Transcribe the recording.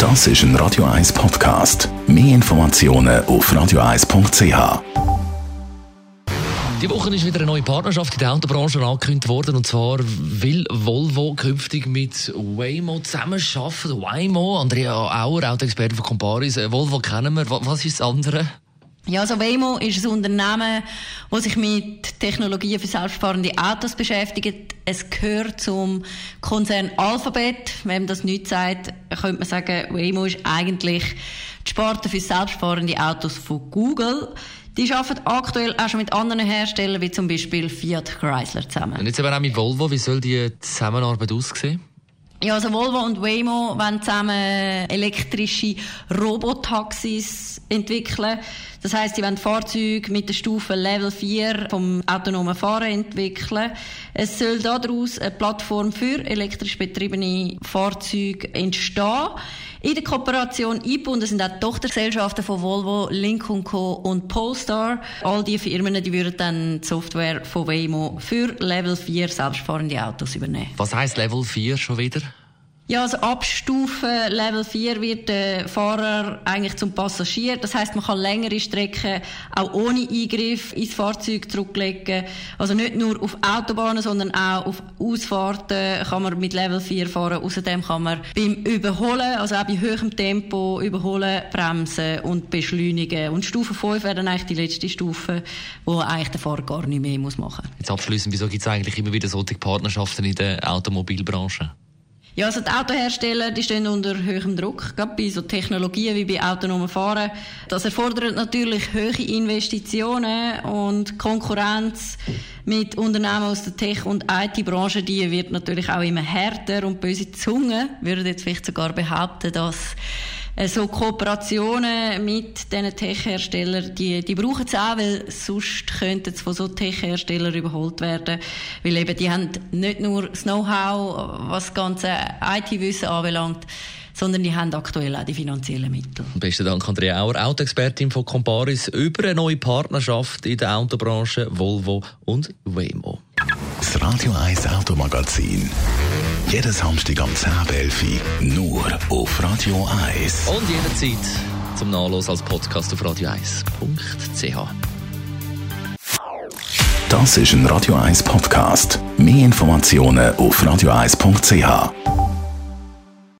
Das ist ein Radio 1 Podcast. Mehr Informationen auf radio1.ch. Die Woche ist wieder eine neue Partnerschaft in der Autobranche angekündigt worden. Und zwar will Volvo künftig mit Waymo zusammenarbeiten. Waymo, Andrea Auer, Autoexperte von Comparis. Volvo kennen wir. Was ist das andere? Ja, also Waymo ist ein Unternehmen, das sich mit Technologien für selbstfahrende Autos beschäftigt. Es gehört zum Konzern Alphabet. Wenn das nichts sagt, könnte man sagen, Waymo ist eigentlich die Sparte für selbstfahrende Autos von Google. Die arbeiten aktuell auch schon mit anderen Herstellern, wie zum Beispiel Fiat Chrysler zusammen. Und jetzt aber auch mit Volvo. Wie soll die Zusammenarbeit aussehen? Ja, also Volvo und Waymo wollen zusammen elektrische Robotaxis entwickeln. Das heisst, sie wollen Fahrzeuge mit der Stufe Level 4 vom autonomen Fahren entwickeln. Es soll daraus eine Plattform für elektrisch betriebene Fahrzeuge entstehen. In der Kooperation eingebunden sind auch Tochtergesellschaften von Volvo, Lynk & Co. und Polestar. All diese Firmen, die würden dann die Software von Waymo für Level 4 selbstfahrende Autos übernehmen. Was heisst Level 4 schon wieder? Ja, also ab Stufe Level 4 wird der Fahrer eigentlich zum Passagier. Das heisst, man kann längere Strecken auch ohne Eingriff ins Fahrzeug zurücklegen. Also nicht nur auf Autobahnen, sondern auch auf Ausfahrten kann man mit Level 4 fahren. Außerdem kann man beim Überholen, also auch bei hohem Tempo, überholen, bremsen und beschleunigen. Und Stufe 5 wäre dann eigentlich die letzte Stufe, wo eigentlich der Fahrer gar nicht mehr machen muss. Jetzt abschließend, wieso gibt es eigentlich immer wieder solche Partnerschaften in der Automobilbranche? Ja, also die Autohersteller, die stehen unter hohem Druck, gerade bei so Technologien wie bei autonomen Fahren. Das erfordert natürlich hohe Investitionen und Konkurrenz mit Unternehmen aus der Tech- und IT-Branche, die wird natürlich auch immer härter und böse Zungen würden jetzt vielleicht sogar behaupten, dass so Kooperationen mit diesen Tech-Herstellern, die brauchen es auch, weil sonst könnten sie von so Tech-Herstellern überholt werden. Weil eben, die haben nicht nur das Know-how, was das ganze IT-Wissen anbelangt, sondern die haben aktuell auch die finanziellen Mittel. Besten Dank, Andrea Auer, Autoexpertin von Comparis, über eine neue Partnerschaft in der Autobranche, Volvo und Waymo. Das Radio 1 Automagazin. Jeden Samstag am 10:11 nur auf Radio 1. Und jederzeit zum Nachlesen als Podcast auf radio1.ch. Das ist ein Radio 1 Podcast. Mehr Informationen auf radio1.ch.